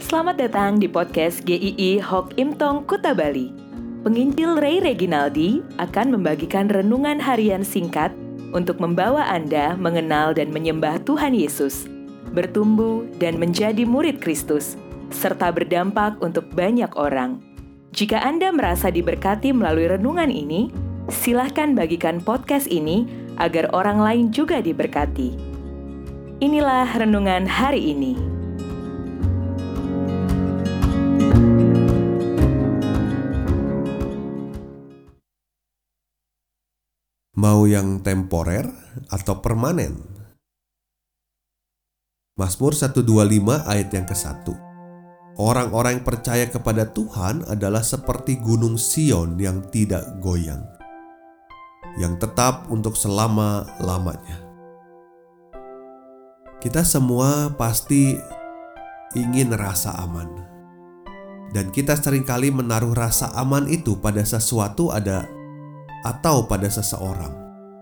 Selamat datang di podcast GII Hok Im Tong Kuta Bali. Penginjil Ray Reginaldi akan membagikan renungan harian singkat untuk membawa Anda mengenal dan menyembah Tuhan Yesus, bertumbuh dan menjadi murid Kristus, serta berdampak untuk banyak orang. Jika Anda merasa diberkati melalui renungan ini, silahkan bagikan podcast ini agar orang lain juga diberkati. Inilah renungan hari ini. Mau yang temporer atau permanen? Mazmur 125 ayat yang ke-1. Orang-orang yang percaya kepada Tuhan adalah seperti gunung Sion yang tidak goyang, yang tetap untuk selama-lamanya. Kita semua pasti ingin rasa aman. Dan kita seringkali menaruh rasa aman itu pada sesuatu atau pada seseorang.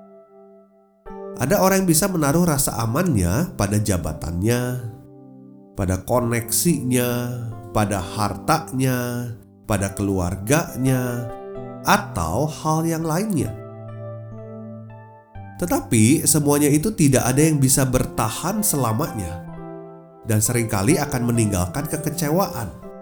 Ada orang yang bisa menaruh rasa amannya pada jabatannya, pada koneksinya, pada hartanya, pada keluarganya, atau hal yang lainnya. Tetapi semuanya itu tidak ada yang bisa bertahan selamanya, dan seringkali akan meninggalkan kekecewaan.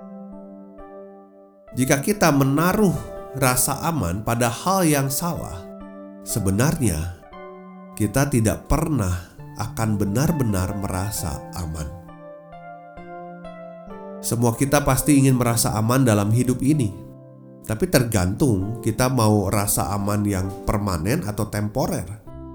Jika kita menaruh rasa aman pada hal yang salah, sebenarnya kita tidak pernah akan benar-benar merasa aman. Semua kita pasti ingin merasa aman dalam hidup ini, tapi tergantung kita mau rasa aman yang permanen atau temporer.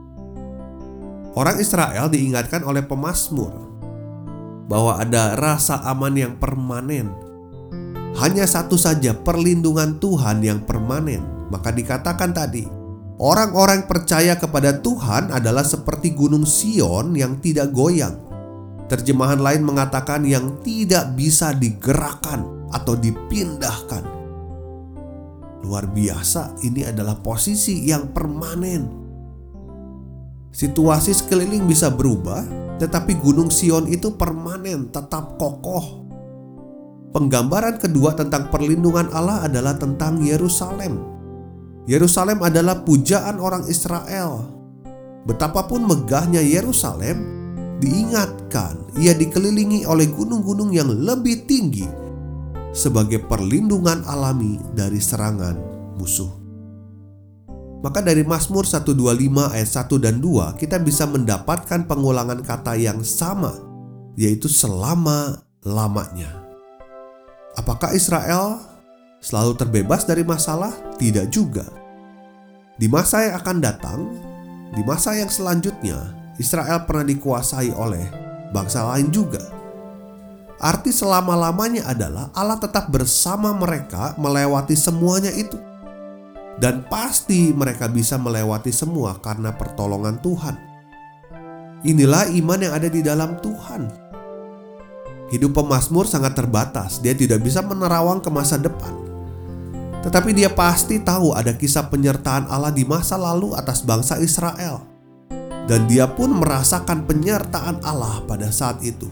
Orang Israel diingatkan oleh pemazmur bahwa ada rasa aman yang permanen. Hanya satu saja perlindungan Tuhan yang permanen. Maka dikatakan tadi, orang-orang percaya kepada Tuhan adalah seperti gunung Sion yang tidak goyang. Terjemahan lain mengatakan yang tidak bisa digerakkan atau dipindahkan. Luar biasa, ini adalah posisi yang permanen. Situasi sekeliling bisa berubah, tetapi gunung Sion itu permanen, tetap kokoh. Penggambaran kedua tentang perlindungan Allah adalah tentang Yerusalem. Yerusalem adalah pujaan orang Israel. Betapapun megahnya Yerusalem, diingatkan ia dikelilingi oleh gunung-gunung yang lebih tinggi sebagai perlindungan alami dari serangan musuh. Maka dari Mazmur 125 ayat 1 dan 2 kita bisa mendapatkan pengulangan kata yang sama, yaitu selama-lamanya. Apakah Israel selalu terbebas dari masalah? Tidak juga. Di masa yang akan datang, di masa yang selanjutnya, Israel pernah dikuasai oleh bangsa lain juga. Arti selama-lamanya adalah Allah tetap bersama mereka melewati semuanya itu. Dan pasti mereka bisa melewati semua karena pertolongan Tuhan. Inilah iman yang ada di dalam Tuhan. Hidup pemazmur sangat terbatas, dia tidak bisa menerawang ke masa depan. Tetapi dia pasti tahu ada kisah penyertaan Allah di masa lalu atas bangsa Israel. Dan dia pun merasakan penyertaan Allah pada saat itu.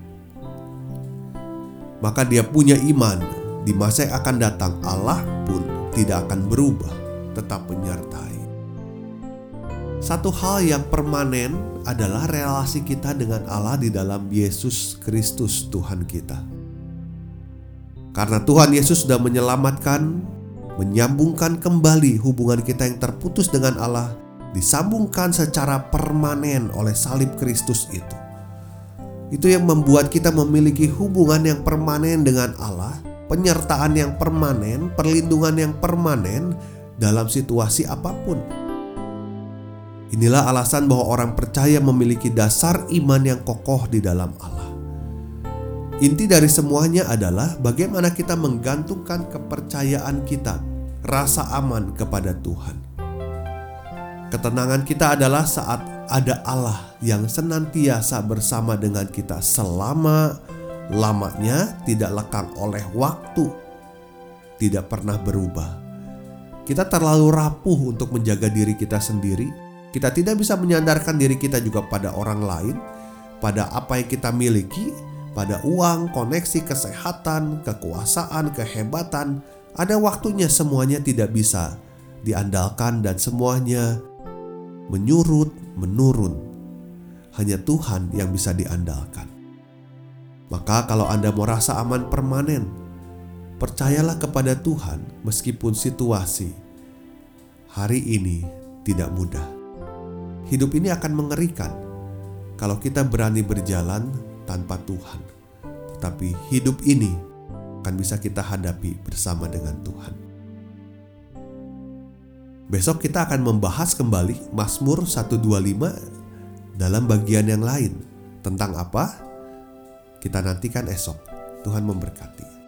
Maka dia punya iman, di masa yang akan datang Allah pun tidak akan berubah, tetap menyertai. Satu hal yang permanen adalah relasi kita dengan Allah di dalam Yesus Kristus Tuhan kita. Karena Tuhan Yesus sudah menyelamatkan, menyambungkan kembali hubungan kita yang terputus dengan Allah, disambungkan secara permanen oleh salib Kristus itu. Itu yang membuat kita memiliki hubungan yang permanen dengan Allah, penyertaan yang permanen, perlindungan yang permanen dalam situasi apapun. Inilah alasan bahwa orang percaya memiliki dasar iman yang kokoh di dalam Allah. Inti dari semuanya adalah bagaimana kita menggantungkan kepercayaan kita, rasa aman kepada Tuhan. Ketenangan kita adalah saat ada Allah yang senantiasa bersama dengan kita selama-lamanya, tidak lekang oleh waktu, tidak pernah berubah. Kita terlalu rapuh untuk menjaga diri kita sendiri. Kita tidak bisa menyandarkan diri kita juga pada orang lain, pada apa yang kita miliki, pada uang, koneksi, kesehatan, kekuasaan, kehebatan. Ada waktunya semuanya tidak bisa diandalkan dan semuanya menurun. Hanya Tuhan yang bisa diandalkan. Maka kalau Anda mau rasa aman permanen, percayalah kepada Tuhan meskipun situasi hari ini tidak mudah. Hidup ini akan mengerikan kalau kita berani berjalan tanpa Tuhan. Tetapi hidup ini akan bisa kita hadapi bersama dengan Tuhan. Besok kita akan membahas kembali Mazmur 125 dalam bagian yang lain. Tentang apa? Kita nantikan esok. Tuhan memberkati.